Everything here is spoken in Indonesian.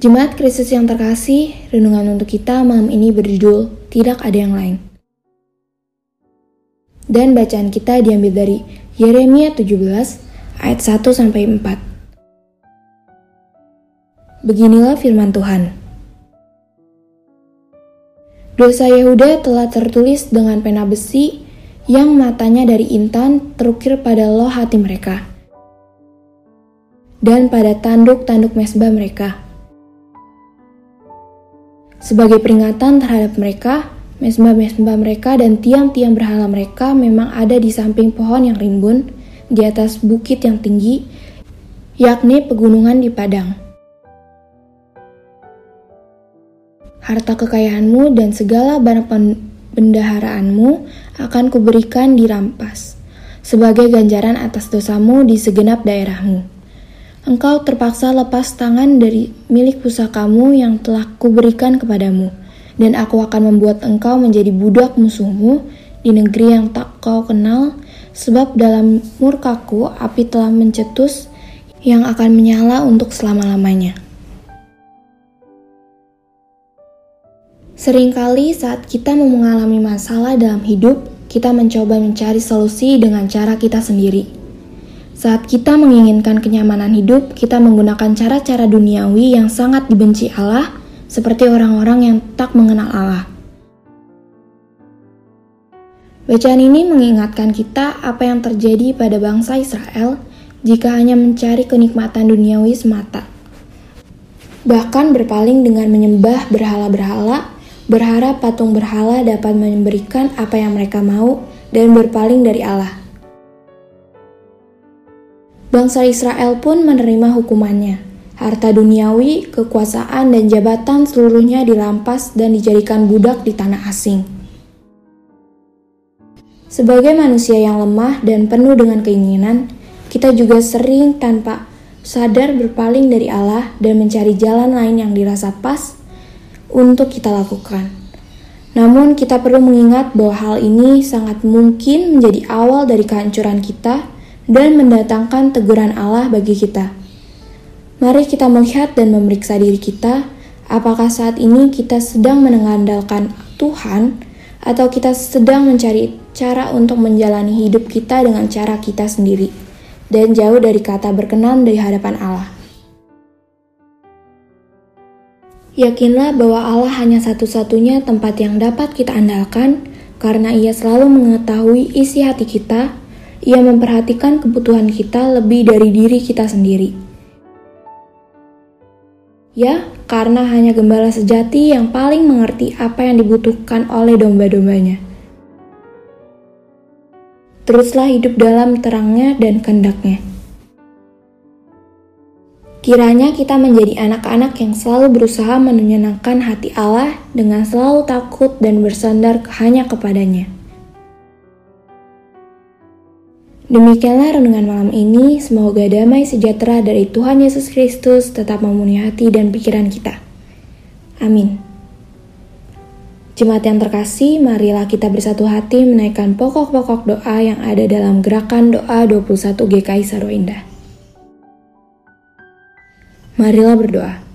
Jemaat Kristus yang terkasih, renungan untuk kita malam ini berjudul Tidak Ada Yang Lain. Dan bacaan kita diambil dari Yeremia 17 ayat 1-4. Beginilah firman Tuhan. Dosa Yehuda telah tertulis dengan pena besi yang matanya dari intan terukir pada loh hati mereka dan pada tanduk-tanduk mesbah mereka. Sebagai peringatan terhadap mereka, mesbah-mesbah mereka dan tiang-tiang berhala mereka memang ada di samping pohon yang rimbun, di atas bukit yang tinggi, yakni pegunungan di padang. Harta kekayaanmu dan segala barang pendaharaanmu akan kuberikan dirampas, sebagai ganjaran atas dosamu di segenap daerahmu. Engkau terpaksa lepas tangan dari milik pusakamu yang telah kuberikan kepadamu, dan aku akan membuat engkau menjadi budak musuhmu di negeri yang tak kau kenal, sebab dalam murkaku api telah mencetus yang akan menyala untuk selama-lamanya. Seringkali saat kita mengalami masalah dalam hidup, kita mencoba mencari solusi dengan cara kita sendiri. Saat kita menginginkan kenyamanan hidup, kita menggunakan cara-cara duniawi yang sangat dibenci Allah, seperti orang-orang yang tak mengenal Allah. Bacaan ini mengingatkan kita apa yang terjadi pada bangsa Israel jika hanya mencari kenikmatan duniawi semata. Bahkan berpaling dengan menyembah berhala-berhala, berharap patung berhala dapat memberikan apa yang mereka mau, dan berpaling dari Allah. Bangsa Israel pun menerima hukumannya. Harta duniawi, kekuasaan, dan jabatan seluruhnya dirampas dan dijadikan budak di tanah asing. Sebagai manusia yang lemah dan penuh dengan keinginan, kita juga sering tanpa sadar berpaling dari Allah dan mencari jalan lain yang dirasa pas untuk kita lakukan. Namun kita perlu mengingat bahwa hal ini sangat mungkin menjadi awal dari kehancuran kita dan mendatangkan teguran Allah bagi kita. Mari kita melihat dan memeriksa diri kita, apakah saat ini kita sedang mengandalkan Tuhan atau kita sedang mencari cara untuk menjalani hidup kita dengan cara kita sendiri dan jauh dari kata berkenan di hadapan Allah. Yakinlah bahwa Allah hanya satu-satunya tempat yang dapat kita andalkan karena Ia selalu mengetahui isi hati kita. Ia memperhatikan kebutuhan kita lebih dari diri kita sendiri. Ya, karena hanya gembala sejati yang paling mengerti apa yang dibutuhkan oleh domba-dombanya. Teruslah hidup dalam terangnya dan kehendaknya. Kiranya kita menjadi anak-anak yang selalu berusaha menyenangkan hati Allah dengan selalu takut dan bersandar hanya kepadanya. Demikianlah renungan malam ini, semoga damai sejahtera dari Tuhan Yesus Kristus tetap memenuhi hati dan pikiran kita. Amin. Jemaat yang terkasih, marilah kita bersatu hati menaikkan pokok-pokok doa yang ada dalam gerakan doa 21 GKI Sarwa Indah. Marilah berdoa.